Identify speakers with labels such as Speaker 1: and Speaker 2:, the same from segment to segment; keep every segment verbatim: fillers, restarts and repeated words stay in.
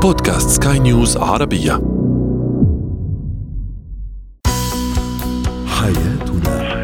Speaker 1: بودكاست سكاي نيوز عربية. حياتنا.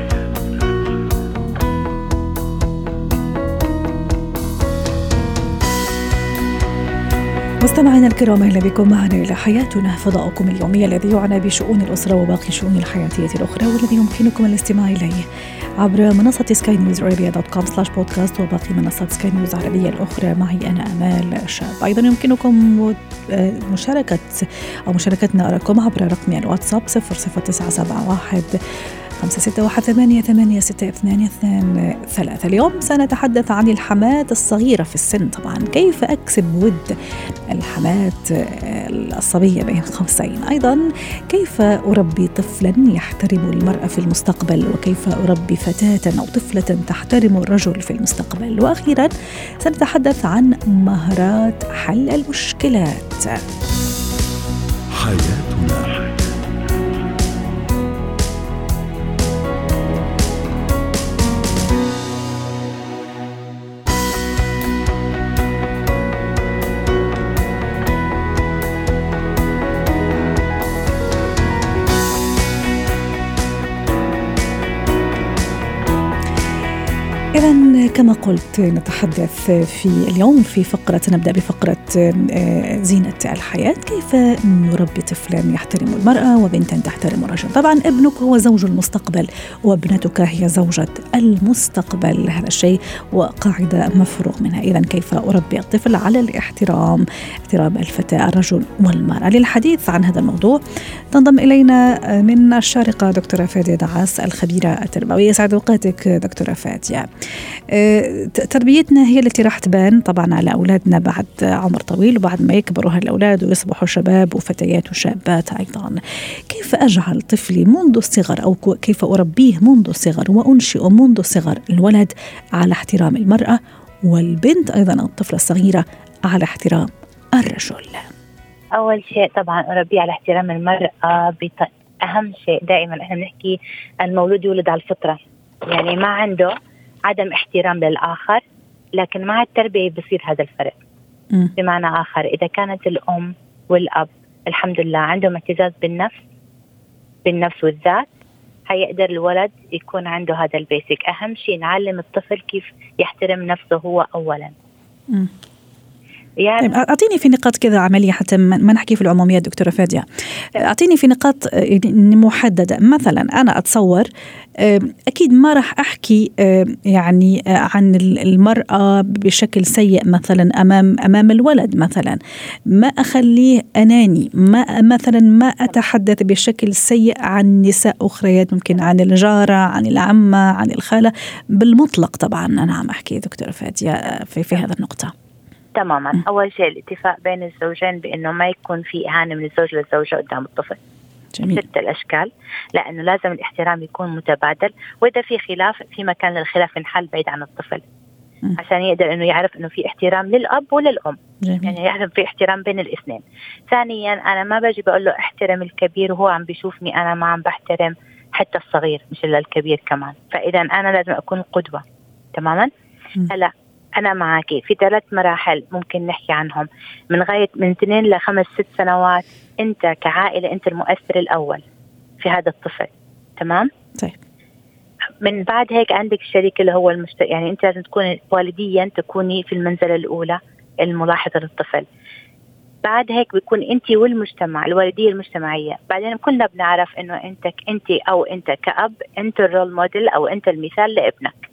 Speaker 2: مستمعينا الكرام، أهلا بكم معنا إلى حياتنا، فضاؤكم اليومي الذي يعنى بشؤون الأسرة وباقي الشؤون الحياتية الأخرى، والذي يمكنكم الاستماع إليه عبر منصة سكاي نيوز عربية دوت كوم سلاش بودكاست وباقي منصات سكاي نيوز عربية الأخرى. معي أنا آمال شاب. أيضا يمكنكم مشاركة أو مشاركتنا أراكم عبر رقم الواتساب صفر صفر تسعة سبعة واحد خمسة ستة واحد ثمانية ثمانية ستة اثنان اثنان ثلاثة. اليوم سنتحدث عن الحمات الصغيرة في السن. طبعا كيف أكسب ود الحمات الصبية بين قوسين. أيضا كيف أربي طفلا يحترم المرأة في المستقبل، وكيف أربي فتاة أو طفلة تحترم الرجل في المستقبل. وأخيرا سنتحدث عن مهارات حل المشكلات.
Speaker 1: حياتنا.
Speaker 2: إذن كما قلت نتحدث في اليوم في فقرة نبدأ بفقرة زينة الحياة. كيف نربي طفلا يحترم المرأة وبنتا تحترم الرجل. طبعا ابنك هو زوج المستقبل وابنتك هي زوجة المستقبل. هذا الشيء وقاعدة مفروغ منها. إذن كيف أربي الطفل على الاحترام، احترام الفتاة الرجل والمرأة. للحديث عن هذا الموضوع تنضم إلينا من الشارقة دكتورة فادية دعاس الخبيرة التربوية. سعد أوقاتك دكتورة فادية. تربيتنا هي التي راح تبان طبعا على أولادنا بعد عمر طويل، وبعد ما يكبروا هالأولاد ويصبحوا شباب وفتيات وشابات أيضا. كيف أجعل طفلي منذ الصغر أو كيف أربيه منذ الصغر وأنشئ منذ الصغر الولد على احترام المرأة، والبنت أيضا الطفلة الصغيرة على احترام الرجل.
Speaker 3: أول شيء طبعا أربيه على احترام المرأة. بط... أهم شيء دائما إحنا بنحكي المولود يولد على الفطرة، يعني ما عنده عدم احترام للآخر، لكن مع التربية بيصير هذا الفرق. م. بمعنى آخر، إذا كانت الأم والأب الحمد لله عندهم اعتزاز بالنفس بالنفس والذات، هيقدر الولد يكون عنده هذا البيسك. أهم شيء نعلم الطفل كيف يحترم نفسه هو أولا. م.
Speaker 2: يعني أعطيني في نقاط كذا عملية حتى ما نحكي في العموميات دكتورة فادية. أعطيني في نقاط محددة. مثلا أنا أتصور أكيد ما راح أحكي يعني عن المرأة بشكل سيء مثلا أمام أمام الولد. مثلا ما أخليه أناني، ما مثلا ما أتحدث بشكل سيء عن نساء أخريات، ممكن عن الجارة، عن العمة، عن الخالة بالمطلق. طبعا أنا عم أحكي دكتورة فادية في في هذا النقطة.
Speaker 3: تماما. م. أول شيء الاتفاق بين الزوجين بأنه ما يكون في إهانة من الزوج للزوجة قدام الطفل.
Speaker 2: جميل.
Speaker 3: ست الأشكال، لأنه لازم الاحترام يكون متبادل، وإذا في خلاف في مكان للخلاف ينحل بعيد عن الطفل. م. عشان يقدر إنه يعرف إنه في احترام للأب وللأم.
Speaker 2: جميل.
Speaker 3: يعني يعرف في احترام بين الاثنين. ثانيا أنا ما باجي بقول له احترم الكبير وهو عم بيشوفني أنا ما عم بحترم حتى الصغير مش إلا الكبير كمان. فإذا أنا لازم أكون قدوة. تماما. هلا أنا معاكي في ثلاث مراحل ممكن نحكي عنهم، من غاية من اثنين لخمس ست سنوات. أنت كعائلة أنت المؤثر الأول في هذا الطفل. تمام؟
Speaker 2: طيب.
Speaker 3: من بعد هيك عندك الشريك اللي هو المشت... يعني أنت لازم تكون والديا تكوني في المنزلة الأولى الملاحظة للطفل. بعد هيك بيكون أنت والمجتمع، الوالدية المجتمعية. بعدين كلنا بنعرف إنه أنت أنت أو أنت كأب أنت الرول موديل أو أنت المثال لابنك.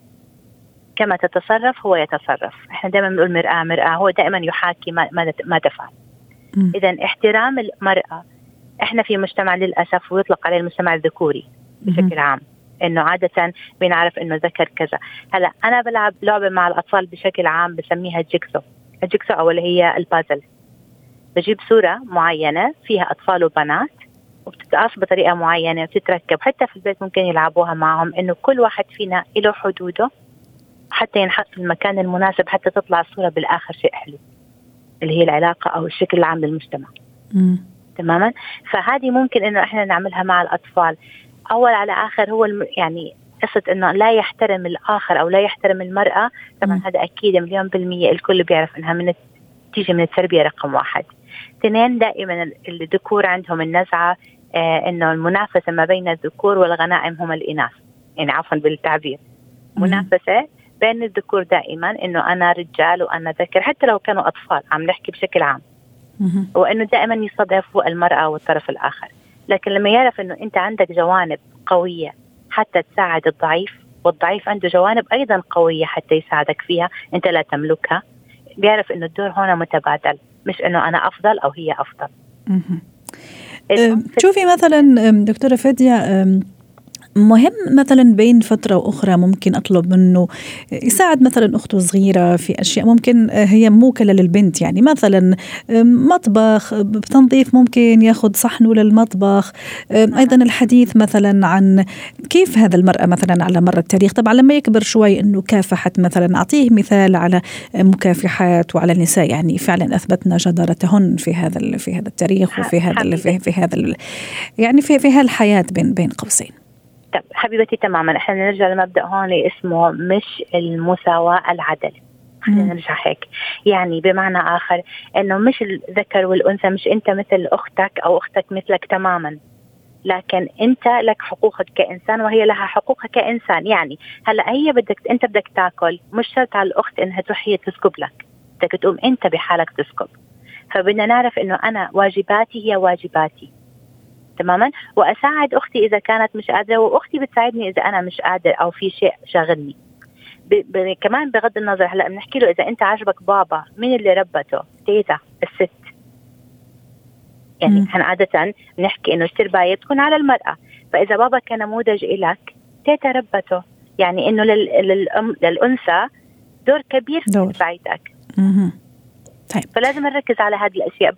Speaker 3: كما تتصرف هو يتصرف. احنا دائما بنقول مرآة مرآة، هو دائما يحاكي ما ما تفعل. اذا احترام المرأة، احنا في مجتمع للأسف ويطلق عليه المجتمع الذكوري بشكل عام، انه عادة بنعرف انه ذكر كذا. هلا انا بلعب لعبة مع الاطفال بشكل عام بسميها جيكسو. الجيكسو او اللي هي البازل. بجيب صورة معينة فيها اطفال وبنات وبتتقاس بطريقة معينة وبتتركب. حتى في البيت ممكن يلعبوها معهم، انه كل واحد فينا له حدوده حتى ينحط في المكان المناسب حتى تطلع الصورة بالآخر شيء حلو، اللي هي العلاقة أو الشكل العام للمجتمع. م. تماما. فهذه ممكن إنه إحنا نعملها مع الأطفال. أول على آخر هو الم... يعني قصة إنه لا يحترم الآخر أو لا يحترم المرأة. طبعا م. هذا أكيد مليون بالمية الكل بيعرف إنها من تيجي من التربية رقم واحد. اثنين، دائما الذكور عندهم النزعة آه إنه المنافسة ما بين الذكور والغنائم هم الإناث، يعني عفوا بالتعبير، منافسة بين الذكور دائما إنه أنا رجال وأنا ذكر، حتى لو كانوا أطفال، عم نحكي بشكل عام، وإنه دائما يستضعفوا المرأة والطرف الآخر. لكن لما يعرف إنه أنت عندك جوانب قوية حتى تساعد الضعيف، والضعيف عنده جوانب أيضا قوية حتى يساعدك فيها أنت لا تملكها، بيعرف إنه الدور هنا متبادل، مش إنه أنا أفضل أو هي أفضل.
Speaker 2: شوفي مثلا دكتورة فادية، مهم مثلا بين فترة وأخرى ممكن أطلب منه يساعد مثلا أخته صغيرة في أشياء ممكن هي موكلة للبنت، يعني مثلا مطبخ بتنظيف ممكن ياخد صحنه للمطبخ. أيضا الحديث مثلا عن كيف هذا المرأة مثلا على مر التاريخ، طبعا لما يكبر شوي أنه كافحت مثلا، أعطيه مثال على مكافحات وعلى النساء يعني فعلا أثبتنا جدارتهن في هذا في هذا التاريخ وفي هذا في, في هذا يعني في في هالحياة بين بين قوسين.
Speaker 3: حبيبتي تماما، احنا نرجع لمبدأ هون اسمه مش المساواة، العدل. خلينا نرجع هيك، يعني بمعنى آخر انه مش الذكر والأنثى، مش انت مثل أختك او أختك مثلك تماما، لكن انت لك حقوقك كإنسان وهي لها حقوقها كإنسان. يعني هلا هي بدك انت بدك تاكل، مش شرط على الأخت انها تروح هي تسكب لك، بدك تقوم انت بحالك تسكب. فبدنا نعرف انه انا واجباتي هي واجباتي تماما، وأساعد أختي إذا كانت مش قادرة، وأختي بتساعدني إذا أنا مش قادر أو في شيء شاغلني. ب... ب... كمان بغض النظر، هلأ بنحكي له إذا أنت عجبك بابا، مين اللي ربته؟ تيتا الست. يعني احنا عادة بنحكي إنه الترباية تكون على المرأة، فإذا بابا كان نموذج إلك، تيتا ربته، يعني إنه لل... للأم... للأنثى دور كبير في تربايتك.
Speaker 2: طيب.
Speaker 3: فلازم نركز على هذه الأشياء،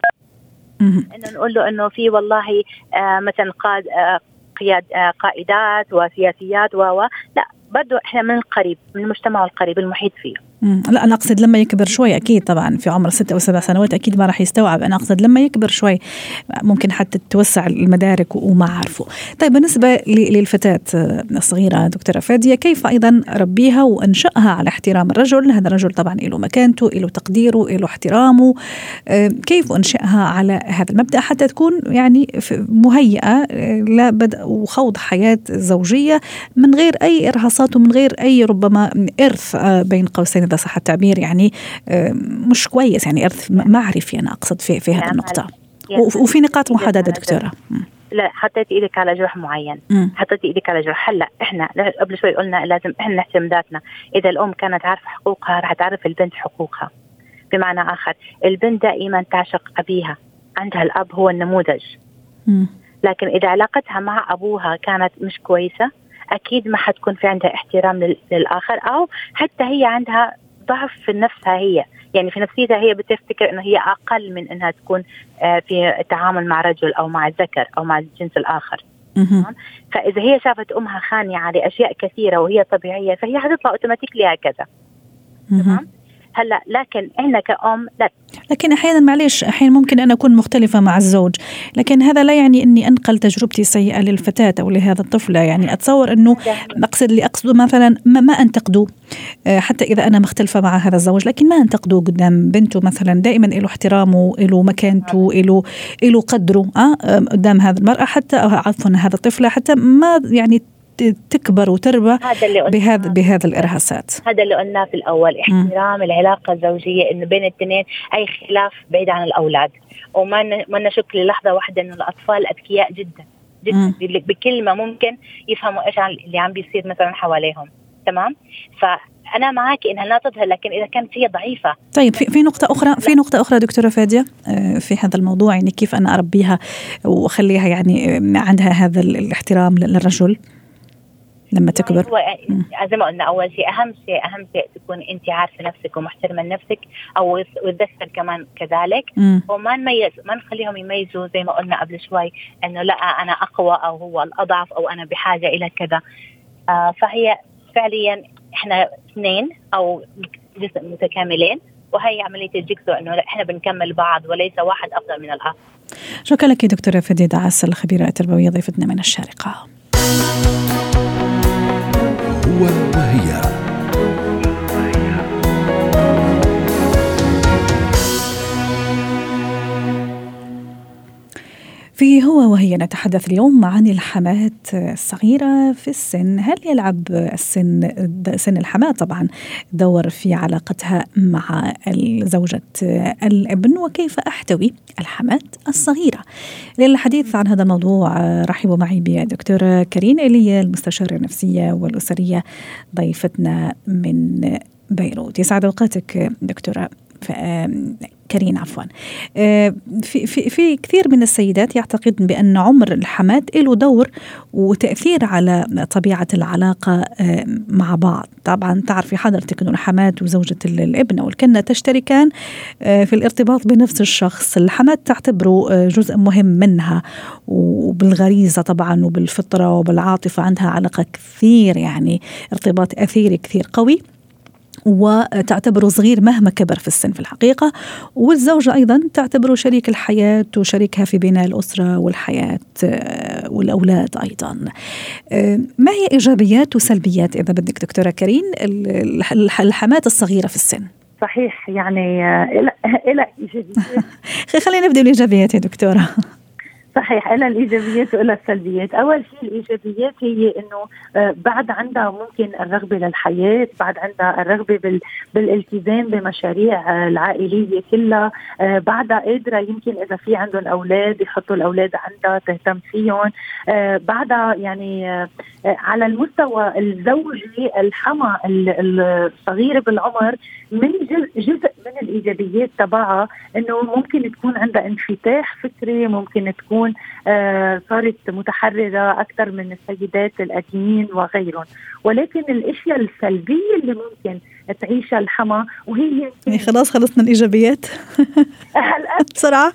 Speaker 3: إنه نقول له إنه في والله آه مثلا قاد آه قياد آه قائدات وسياسيات و لا، برضو إحنا من القريب، من المجتمع القريب المحيط فيه.
Speaker 2: لا أنا أقصد لما يكبر شوي، أكيد طبعا في عمر ستة أو سبع سنوات أكيد ما راح يستوعب، أنا أقصد لما يكبر شوي ممكن حتى توسع المدارك وما عارفه. طيب بالنسبة للفتاة الصغيرة دكتورة فادية، كيف أيضا ربيها وأنشأها على احترام الرجل؟ هذا الرجل طبعا له مكانته، له تقديره، له احترامه، كيف أنشأها على هذا المبدأ حتى تكون يعني مهيئة لبدء وخوض حياة زوجية من غير أي إرهاصات ومن غير أي ربما إرث بين قوسين إذا صح التعبير، يعني مش كويس، يعني إرث معرفي أنا أقصد في في هذه النقطة، وفي نقاط محددة دكتورة.
Speaker 3: لا حطيت إيدك على جرح معين، حطيت إيدك على جرح. هلا إحنا قبل شوي قلنا لازم إحنا نحترم ذاتنا. إذا الأم كانت عارفة حقوقها رح تعرف البنت حقوقها. بمعنى آخر البنت دائما تعشق أبيها، عندها الأب هو النموذج. م. لكن إذا علاقتها مع أبوها كانت مش كويسة، أكيد ما حتكون في عندها احترام للآخر، أو حتى هي عندها ضعف في نفسها، هي يعني في نفسيتها هي بتفتكر إنه هي أقل من إنها تكون في التعامل مع رجل أو مع الذكر أو مع الجنس الآخر. فإذا هي شافت أمها خانعة لأشياء كثيرة وهي طبيعية، فهي حتطلع أوتوماتيكلي هكذا. تمام. هلا لكن احنا كأم لا،
Speaker 2: لكن احيانا معليش احيانا ممكن انا اكون مختلفه مع الزوج، لكن هذا لا يعني اني انقل تجربتي سيئه للفتاه او لهذا الطفله. يعني اتصور انه اقصد اللي اقصده مثلا ما, ما انتقده حتى اذا انا مختلفه مع هذا الزوج، لكن ما انتقده قدام بنته مثلا، دائما له احترامه، له مكانته، له له قدره اه قدام هذه المراه، حتى عفوا هذا الطفله، حتى ما يعني تكبر وتربى بهذا بهذا الإرهاصات.
Speaker 3: هذا اللي قلناه في الأول، احترام م. العلاقة الزوجية، إنه بين الاثنين أي خلاف بعيد عن الأولاد، وما ما نشك للحظة واحدة إنه الأطفال أذكياء جدا جدا، م. بكلمة ممكن يفهموا إيش اللي عم بيصير مثلا حواليهم. تمام. فأنا معاك إنها لا تظهر، لكن إذا كانت هي ضعيفة.
Speaker 2: طيب في في نقطة أخرى في نقطة أخرى دكتورة فادية في هذا الموضوع، يعني كيف أنا أربيها وأخليها يعني عندها هذا الاحترام للرجل لما تكبر؟
Speaker 3: زي ما قلنا أول شيء أهم شيء أهم شيء تكون أنت عارفة نفسك ومحترمة نفسك، أو والذكر كمان كذلك. م. وما نميز ما نخليهم يميزوا زي ما قلنا قبل شوي إنه لا أنا أقوى أو هو الأضعف أو أنا بحاجة إلى كذا. آه فهي فعليا إحنا اثنين أو جزء متكاملين، وهي عملية الجيكسو إنه إحنا بنكمل بعض وليس واحد أفضل من الآخر.
Speaker 2: شكرا لك دكتورة فادية دعاس الخبيرة التربوية ضيفتنا من الشارقة.
Speaker 1: هو وهي.
Speaker 2: في هو وهي نتحدث اليوم عن الحماة الصغيرة في السن. هل يلعب السن سن الحماة طبعا دور في علاقتها مع زوجة الابن، وكيف أحتوي الحماة الصغيرة؟ للحديث عن هذا الموضوع رحبوا معي بدكتورة كريم إيليا المستشارة النفسية والأسرية ضيفتنا من بيروت. يسعد أوقاتك دكتورة كريم. عفوا في, في, في كثير من السيدات يعتقدن بأن عمر الحماة له دور وتأثير على طبيعة العلاقة مع بعض. طبعا تعرفي حضرتك أن الحماة وزوجة الابن أو الكنة تشتركان في الارتباط بنفس الشخص. الحماة تعتبره جزء مهم منها وبالغريزة طبعا وبالفطرة وبالعاطفة عندها علاقة كثير، يعني ارتباط أثيري كثير قوي، وتعتبره صغير مهما كبر في السن في الحقيقة. والزوجة أيضا تعتبره شريك الحياة وشريكها في بناء الأسرة والحياة والأولاد أيضا. ما هي إيجابيات وسلبيات إذا بدك دكتورة كريم الحماة الصغيرة في السن؟
Speaker 4: صحيح، يعني إلى إلى إيجابيات.
Speaker 2: خلينا نبدأ بالإيجابيات يا دكتورة.
Speaker 4: صحيح، إلى الإيجابيات وإلى السلبيات. أول شيء الإيجابيات هي إنه بعد عندها ممكن الرغبة للحياة، بعد عندها الرغبة بال بالالتزام بمشاريع العائلية كلها، بعدها قادرة يمكن إذا في عندهم أولاد يحطوا الأولاد عندها تهتم فيهم، بعدها يعني على المستوى الزوجي الحما الصغيرة بالعمر من جزء من الإيجابيات تبعها إنه ممكن تكون عندها انفتاح فكري، ممكن تكون آه صارت متحررة أكثر من السيدات القديمين وغيرهم. ولكن الأشياء السلبية اللي ممكن تعيشها الحما وهي
Speaker 2: يعني خلاص خلصنا الإيجابيات بسرعة.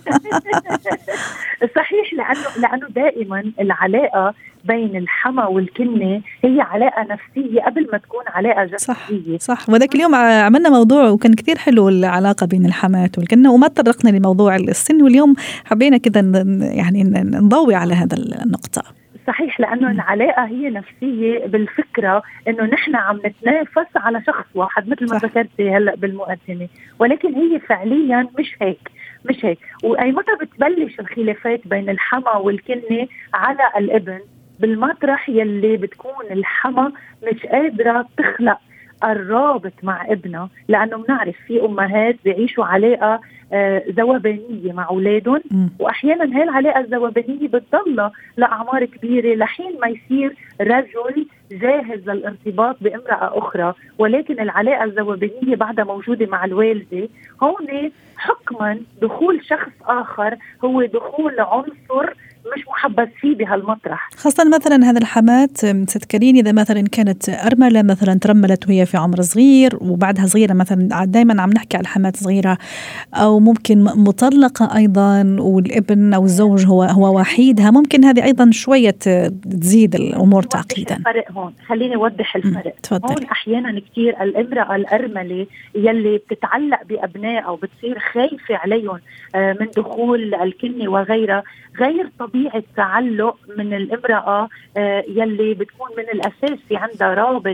Speaker 4: صحيح، لأنه لأنه دائما العلاقة بين الحما والكنة هي علاقة نفسية قبل ما تكون علاقة جسدية.
Speaker 2: صح صح. وذاك اليوم عملنا موضوع وكان كتير حلو العلاقة بين الحماة والكنة وما تطرقنا لموضوع السن، واليوم حبينا كده يعني نضوي على هذا النقطة.
Speaker 4: صحيح، لأنه العلاقة هي نفسية بالفكرة إنه نحن عم نتنافس على شخص واحد مثل ما ذكرتي هلأ بالمقدمة، ولكن هي فعليا مش هيك مش هيك. وأي متى بتبلش الخلافات بين الحما والكنة على الابن؟ بالمطرح يلي بتكون الحما مش قادرة تخلق الرابط مع ابنها، لأنه بنعرف في أمهات بيعيشوا علاقة آه ذوبانية مع أولادهم، وأحيانا هاي العلاقة الذوبانية بتضل لأعمار كبيرة لحين ما يصير رجل جاهز للارتباط بامرأة أخرى. ولكن العلاقة الذوبانية بعدها موجودة مع الوالدة. هون حكما دخول شخص آخر هو دخول عنصر مش محبذ فيه بهالمطرح،
Speaker 2: خاصة مثلا هذا الحماة ست كريم إذا مثلا كانت أرملة مثلا ترملت وهي في عمر صغير وبعدها صغيرة، مثلا دائما عم نحكي على الحماة صغيرة، أو ممكن مطلقة أيضا والابن أو الزوج هو هو وحيدها، ممكن هذه أيضا شوية تزيد الأمور تعقيدا.
Speaker 4: الفرق هون خليني أوضح الفرق. هون أحيانا كتير الامرأة الأرملة يلي بتتعلق بأبناء أو بتصير خايفة عليهم من دخول الكنة وغيرها، غير طبيعة تعلق من الامرأة يلي بتكون من الأساس في عندها رابط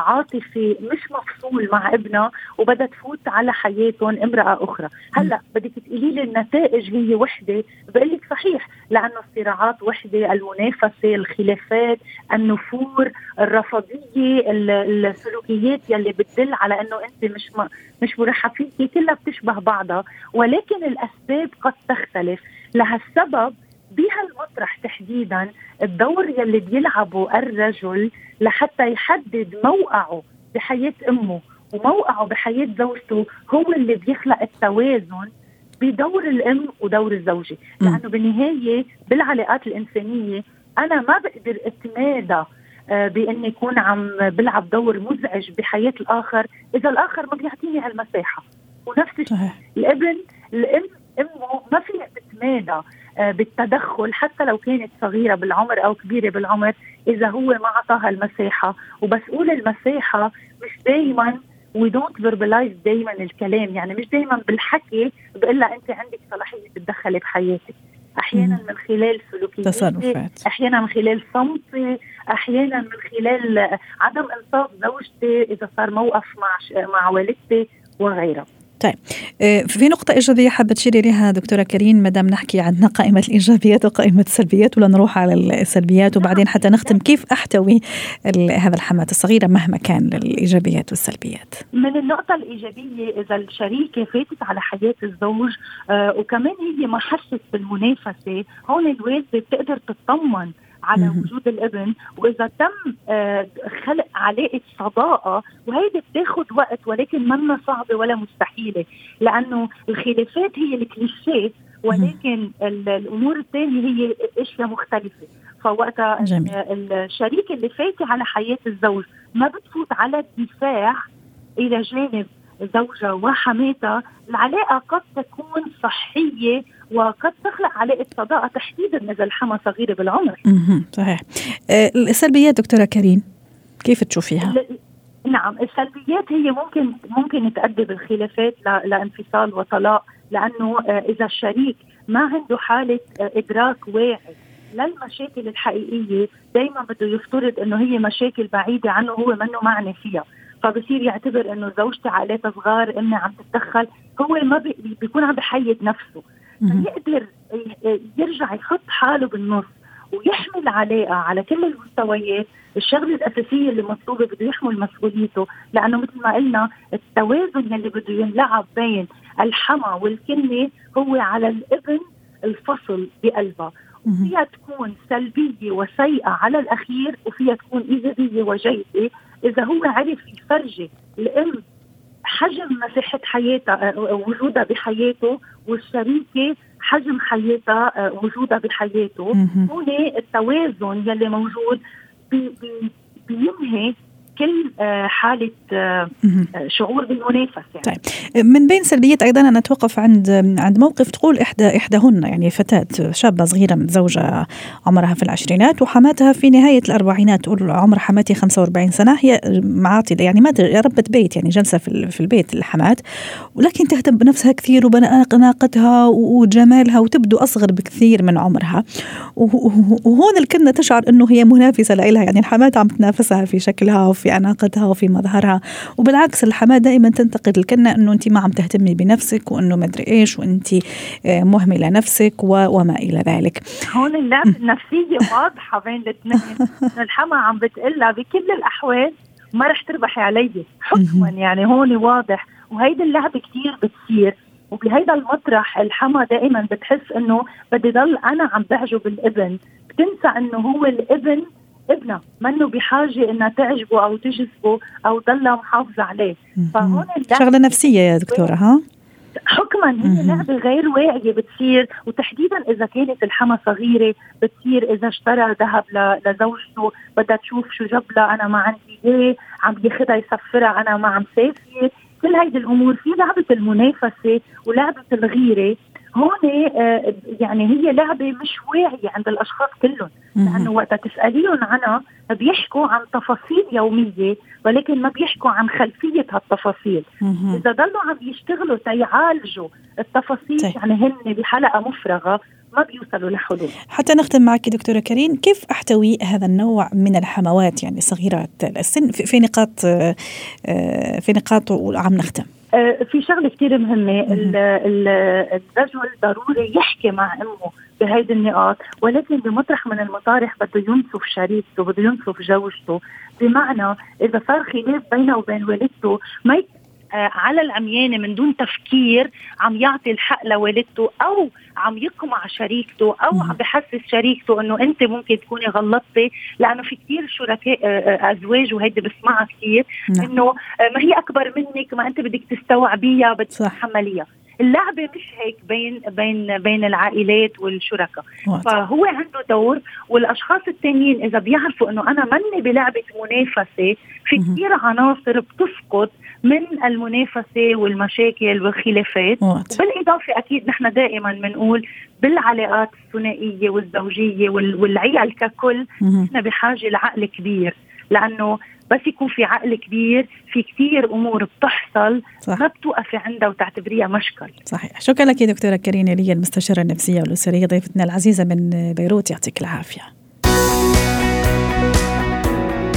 Speaker 4: عاطفي مش مفصول مع ابنها وبدها تفوت على حياتهم امرأة أخرى. هلأ بدك تقولي لي النتائج هي وحدة، بقولك صحيح، لأنه الصراعات وحدة، المنافسة، الخلافات، النفور، الرفضية، السلوكيات يلي بتدل على أنه أنت مش م... مش مرحب فيكي كلها بتشبه بعضها، ولكن الأسباب قد تختلف. لهالسبب بهالمطرح تحديدا الدور يلي بيلعبه الرجل لحتى يحدد موقعه بحياة أمه وموقعه بحياة زوجته هو اللي بيخلق التوازن بدور الأم ودور الزوجة. لأنه بالنهاية بالعلاقات الإنسانية أنا ما بقدر أتمادى بأني يكون عم بلعب دور مزعج بحياة الآخر إذا الآخر ما بيعطيني هالمساحة. ونفس الشيء الابن الأم أمه ما فيها تتمادى بالتدخل حتى لو كانت صغيرة بالعمر أو كبيرة بالعمر إذا هو ما عطاها المساحة. وبس قول المساحة مش دايما we don't verbalize دايما الكلام، يعني مش دايما بالحكي بقول لها أنت عندك صلاحية تتدخلي بحياتك. أحيانا من خلال سلوكياتي، أحيانا من خلال صمتي، أحيانا من خلال عدم إنصاف زوجتي إذا صار موقف مع مع والدتي وغيرها.
Speaker 2: طيب في نقطة إيجابية حابة تشيري لها دكتورة كريم مدام نحكي عن قائمة الإيجابيات وقائمة السلبيات، ولا نروح على السلبيات وبعدين حتى نختم كيف أحتوي هذا الحماة الصغيرة مهما كان الإيجابيات والسلبيات؟
Speaker 4: من النقطة الإيجابية إذا الشريكة فاتت على حياة الزوج آه وكمان هي ما حست بالمنافسة، هون الوالدة بتقدر تطمن على وجود الابن، وإذا تم آه خلق علاقة صداقة، وهيدي بتاخد وقت ولكن منا صعبة ولا مستحيلة، لأنه الخلافات هي الكليشيه ولكن الأمور الثانية هي أشياء مختلفة. فوقتها الشريك اللي فاتي على حياة الزوج ما بتفوت على الدفاع إلى جانب زوجة وحماتها، العلاقة قد تكون صحية وقد تخلق علاقة صداقة تحديدا إذا الحما صغيرة بالعمر.
Speaker 2: صحيح. السلبيات دكتورة كريم كيف تشوفيها؟
Speaker 4: نعم، السلبيات هي ممكن ممكن تؤدي بالخلافات لانفصال وطلاق، لأنه إذا الشريك ما عنده حالة إدراك واعي للمشاكل الحقيقية، دايما بده يفترض إنه هي مشاكل بعيدة عنه هو منه معني فيها، فبصير يعتبر إنه زوجتي عائلات صغار إني عم تتدخل، هو ما بي بيكون عم بحيد نفسه، فيقدر يرجع يحط حاله بالنص ويحمل العلاقة على كل المستويات. الشغلة الأساسية اللي مطلوبة بده يحمل مسؤوليته، لأنه مثل ما قلنا التوازن اللي بده ينلعب بين الحما والكنة هو على الابن الفصل بقلبه، وفيها تكون سلبية وسيئة على الأخير، وفيها تكون إيجابية وجيدة إذا هو عرف يفرجي الأم حجم مساحة حياتها وجودها بحياته، والشريكة حجم حياتها وجودها بحياته. هنا التوازن يلي موجود بي بي بينهي كل حالة شعور بالمنافسة يعني.
Speaker 2: طيب، من بين سلبيات أيضا أنا أتوقف عند عند موقف تقول إحدى إحداهن، يعني فتاة شابة صغيرة متزوجة عمرها في العشرينات وحماتها في نهاية الأربعينات، تقول عمر حماتي خمسة وأربعين سنة، هي معاطلة يعني ما ربة بيت، يعني جلسة في في البيت الحمات، ولكن تهتم بنفسها كثير وبناقتها وجمالها وتبدو أصغر بكثير من عمرها، وهون الكلمة تشعر إنه هي منافسة لها، يعني الحمات عم تنافسها في شكلها وفي في أناقتها وفي مظهرها، وبالعكس الحماة دائما تنتقد الكنة أنه أنت ما عم تهتمي بنفسك وأنه ما أدري إيش وأنت مهملة نفسك وما إلى ذلك.
Speaker 4: هون اللعبة النفسية واضحة بين الاثنين. الحماة عم بتقلها بكل الأحوال ما رح تربحي علي حكما، يعني هون واضح، وهيدا اللعبة كتير بتصير، وبهيدا المطرح الحما دائما بتحس أنه بدي ضل أنا عم بعجب الابن، بتنسى أنه هو الابن ابنه منه بحاجة إنها تعجبه أو تجذبه أو ضلها محافظة عليه. فهون
Speaker 2: شغلة نفسية يا دكتورة، ها؟
Speaker 4: حكما هي لعبة غير واعية بتصير، وتحديدا إذا كانت الحما صغيرة بتصير إذا اشترى ذهب لزوجته بدها تشوف شو جاب لها، أنا ما عندي إيه، عم ياخدها يسفرها، أنا ما عم سافر، كل هيدي الأمور في لعبة المنافسة ولعبة الغيرة. هون آه يعني هي لعبة مش واعية عند الأشخاص كلهم، لأنه وقت تسأليهم عنها بيحكوا عن تفاصيل يومية ولكن ما بيحكوا عن خلفية هالتفاصيل. إذا ضلوا عم يشتغلوا تيعالجوا التفاصيل طيب. يعني هن بحلقة مفرغة ما بيوصلوا لحلول.
Speaker 2: حتى نختم معك دكتورة كريم، كيف أحتوي هذا النوع من الحموات يعني صغيرة السن في نقاط في نقاط وعم نختم؟
Speaker 4: في شغلة كتير مهمة، الرجل ضروري يحكي مع أمه بهيدي النقاط، ولكن بمطرح من المطارح بده ينصف شريكته، بده ينصف زوجته، بمعنى إذا صار خلاف بينه وبين والدته ما على العميانة من دون تفكير عم يعطي الحق لوالدته أو عم يقمع شريكته أو عم بحسس شريكته أنه أنت ممكن تكوني غلطتي، لأنه في كتير شركاء أزواج وهيدا بسمعها كتير أنه ما هي أكبر منك، ما أنت بدك تستوعبيها بدك تتحمليها. اللعبة مش هيك بين بين بين العائلات والشركاء، فهو عنده دور، والأشخاص التانيين إذا بيعرفوا إنه أنا مني بلعبة منافسة، في كتير عناصر بتسقط من المنافسة والمشاكل والخلافات. بالإضافة أكيد نحن دائما بنقول بالعلاقات الثنائية والزوجية والعيال ككل نحن بحاجة لعقل كبير، لأنه بس يكون في عقل كبير في كتير أمور بتحصل صح. ما بتوقفي عندها وتعتبريها مشكل.
Speaker 2: صحيح. شكرا لك دكتورة كريم يلي، المستشارة النفسية والأسرية، ضيفتنا العزيزة من بيروت، يعطيك العافية.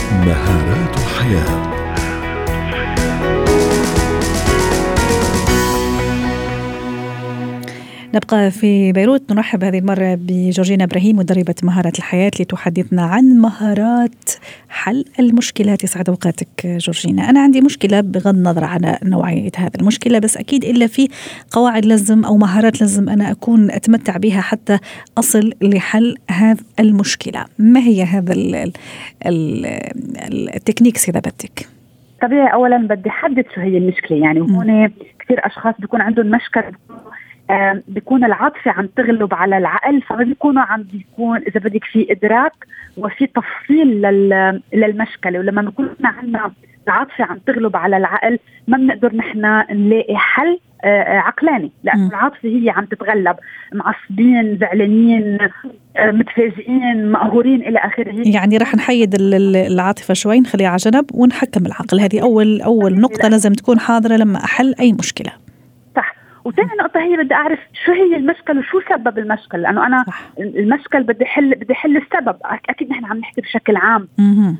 Speaker 1: مهارات الحياة.
Speaker 2: نبقى في بيروت، نرحب هذه المرة بجورجينا إبراهيم مدربة مهارات الحياة لتحدثنا عن مهارات حل المشكلات. يسعد أوقاتك جورجينا. أنا عندي مشكلة بغض النظر عن نوعية هذا المشكلة، بس أكيد إلا في قواعد لازم أو مهارات لازم أنا أكون أتمتع بها حتى أصل لحل هذه المشكلة. ما هي هذا التكنيكس إذا بدك؟
Speaker 4: طبيعي أولا بدي أحدد شو هي المشكلة. يعني هون كثير أشخاص بيكون عندهم مشكلة، آه بيكون العاطفة عم تغلب على العقل، فما بيكونوا عم بيكون إذا بدك في إدراك وفي تفصيل للمشكلة. ولما بيكون عندنا العاطفة عم تغلب على العقل ما بنقدر نحن نلاقي حل آه عقلاني، لأن العاطفة هي عم تتغلب، معصبين، زعلانين، آه متفاجئين، مقهورين إلى آخره.
Speaker 2: يعني رح نحيد العاطفة شوي، نخليها على جنب ونحكم العقل. هذه أول أول نقطة لازم تكون حاضرة لما أحل أي مشكلة.
Speaker 4: صح. وثاني نقطة هي بدي أعرف شو هي المشكلة وشو سبب المشكلة، لأنه أنا صح. المشكلة بدي حل بدي حل السبب. أكيد نحن عم نحكي بشكل عام.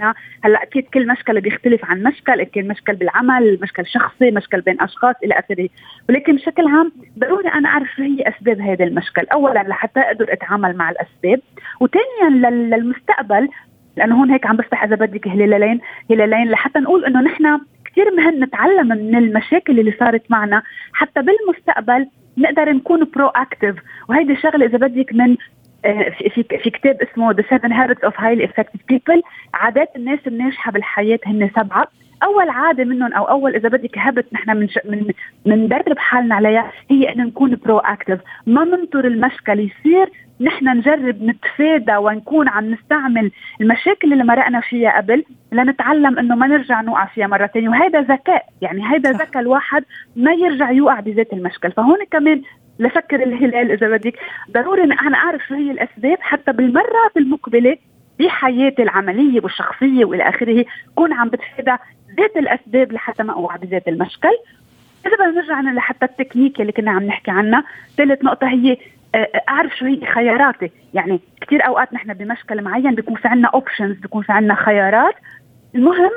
Speaker 4: هلا أكيد كل مشكلة بيختلف عن مشكل، أكيد مشكل بالعمل، مشكل شخصي، مشكل بين أشخاص إلى آخره. ولكن بشكل عام ضروري أنا أعرف شو هي أسباب هذا المشكل، أولا لحتى أقدر أتعامل مع الأسباب، وثانيا للمستقبل، لأنه هون هيك عم بفتح إذا بدك هلالين هلالين لحتى نقول إنه نحن كثير مهم نتعلم من المشاكل اللي صارت معنا حتى بالمستقبل نقدر نكون برو اكتيف. وهيدي شغله اذا بدك من في في كتاب اسمه The Seven Habits of Highly Effective People. عادات الناس الناجحه بالحياه هن سبعه. اول عاده منهم او اول اذا بدك هابت نحن من من مندرب حالنا عليها هي ان نكون برو اكتيف، ما ننطر المشكل يصير نحن نجرب نتفادى ونكون عم نستعمل المشاكل اللي مرقنا فيها قبل لنتعلم انه ما نرجع نوقع فيها مرة تانية. وهذا ذكاء، يعني هذا ذكاء الواحد ما يرجع يوقع بذات المشكل. فهون كمان لفكر الهلال اذا بدك ضروري انا اعرف شو هي الاسباب حتى بالمرة بالمقبلة بحياتي العملية والشخصية والى اخره كون عم بتفادى ذات الاسباب لحتى ما اوقع بذات المشكل. اذا بدنا نرجع لحتى التكنيك اللي كنا عم نحكي عنها، ثالث نقطة هي أعرف شو هي خياراتي. يعني كتير أوقات نحن بمشكل معين بيكون في عنا اوبشنز، بيكون في عنا خيارات. المهم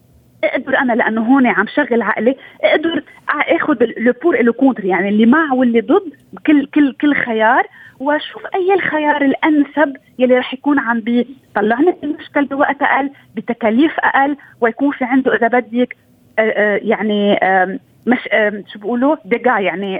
Speaker 4: اقدر أنا لأنه هون عم شغل عقلي اقدر أخذ لبور إلو كونتر، يعني اللي مع واللي ضد كل كل كل خيار، وأشوف أي الخيار الأنسب يلي رح يكون عم بيطلعنا المشكل بوقت أقل بتكاليف أقل، ويكون في عنده إذا بدك يعني مش شو بيقولوا دقا يعني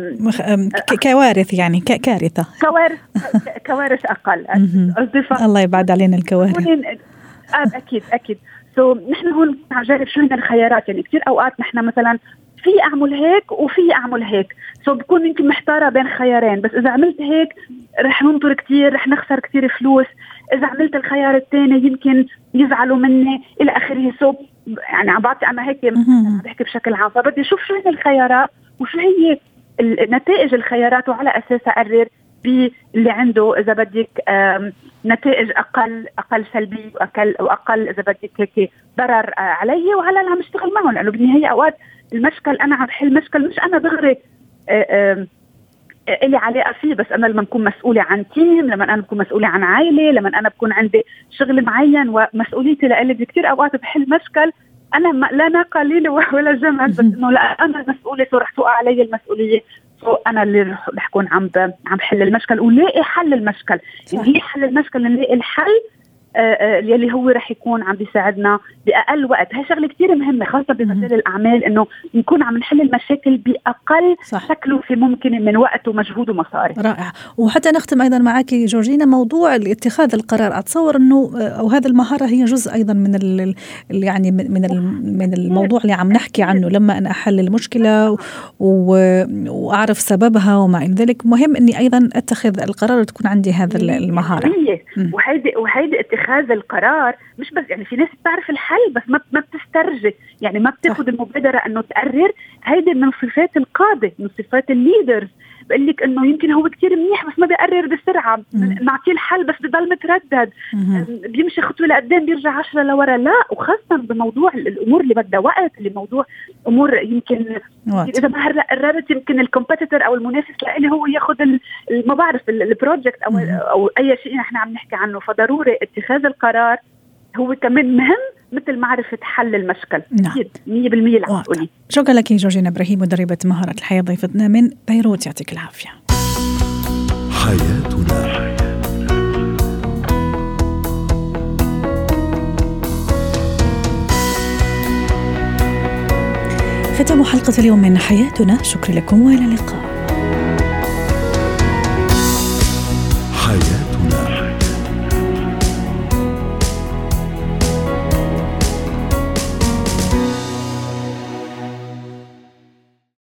Speaker 2: كوارث، يعني كارثة
Speaker 4: كوارث كوارث أقل.
Speaker 2: الله يبعد علينا الكوارث.
Speaker 4: أكيد أكيد. سو نحن هون نجرب شو هن الخيارات. يعني كتير أوقات نحن مثلا في أعمل هيك وفي أعمل هيك، سو بكون يمكن محتارة بين خيارين، بس إذا عملت هيك رح ننطر كتير، رح نخسر كتير فلوس. إذا عملت الخيار الثاني يمكن يزعلوا مني إلى آخره. سو يعني عم بعطي أنا هيك بحكي بشكل عام، فبدي أشوف شو هي الخيارات وشو هي نتائج الخيارات، وعلى أساسها أقرر باللي عنده إذا بدك نتائج أقل أقل سلبية وأقل وأقل إذا بدك هيك ضرر علي وعلى اللي عم اشتغل معهم. لأنه بالنهاية أوقات المشكل أنا عم بحل مشكل مش أنا دغري إلي علاقة فيه، بس أنا لما نكون مسؤولة عن تيم، لما أنا بكون مسؤولة عن عائلة، لما أنا بكون عندي شغل معين ومسؤوليتي لألي كتير أوقات بحل مشكل أنا لا أنا قليلة ولا جمل، بس إنه لا أنا المسؤولة ورح توقع علي المسؤولية، أنا اللي رح أكون عم عم بحل المشكل ولاقي حل المشكل. يعني هي حل المشكل نلاقي الحل اللي هو رح يكون عم بيساعدنا بأقل وقت. هاي شغلة كتير مهمة خاصة بمجال الأعمال، إنه نكون عم نحل المشاكل بأقل تكلفة ممكنة من وقت ومجهود ومصاري.
Speaker 2: رائع. وحتى نختم أيضا معك جورجينا موضوع اتخاذ القرار. أتصور إنه أو هذا المهارة هي جزء أيضا من ال يعني من من الموضوع اللي عم نحكي عنه. لما أنا أحل المشكلة وأعرف سببها وما إلى ذلك، مهم إني أيضا أتخذ القرار وتكون عندي هذا المهارة.
Speaker 4: وهيدي وهيدي اتخاذ القرار مش بس يعني في ناس بتعرف الحل بس ما ما بتسترجع، يعني ما بتاخذ المبادرة انه تقرر. هيدي من صفات القادة، من صفات الليدرز. بقول لك انه يمكن هو كتير منيح بس ما بيقرر بسرعة، نعطيه الحل بس بضل متردد، بيمشي خطوة لقدام بيرجع عشرة لورا. لا، وخاصة بموضوع الامور اللي بدها وقت، اللي موضوع امور يمكن اذا ما قررت يمكن الكومبيتيتور او المنافس لإلي هو ياخذ ما بعرف البروجكت او او اي شيء نحن عم نحكي عنه. فضروري اتخاذ القرار هو كمان مهم مثل معرفة حل المشكل. أكيد مية بالمية اللي عم تقولي.
Speaker 2: شكرا لك جورجينا إبراهيم مدربة مهارات الحياة ضيفتنا من بيروت، يعطيك العافية.
Speaker 1: حياتنا.
Speaker 2: ختام حلقة اليوم من حياتنا، شكرا لكم وإلى اللقاء.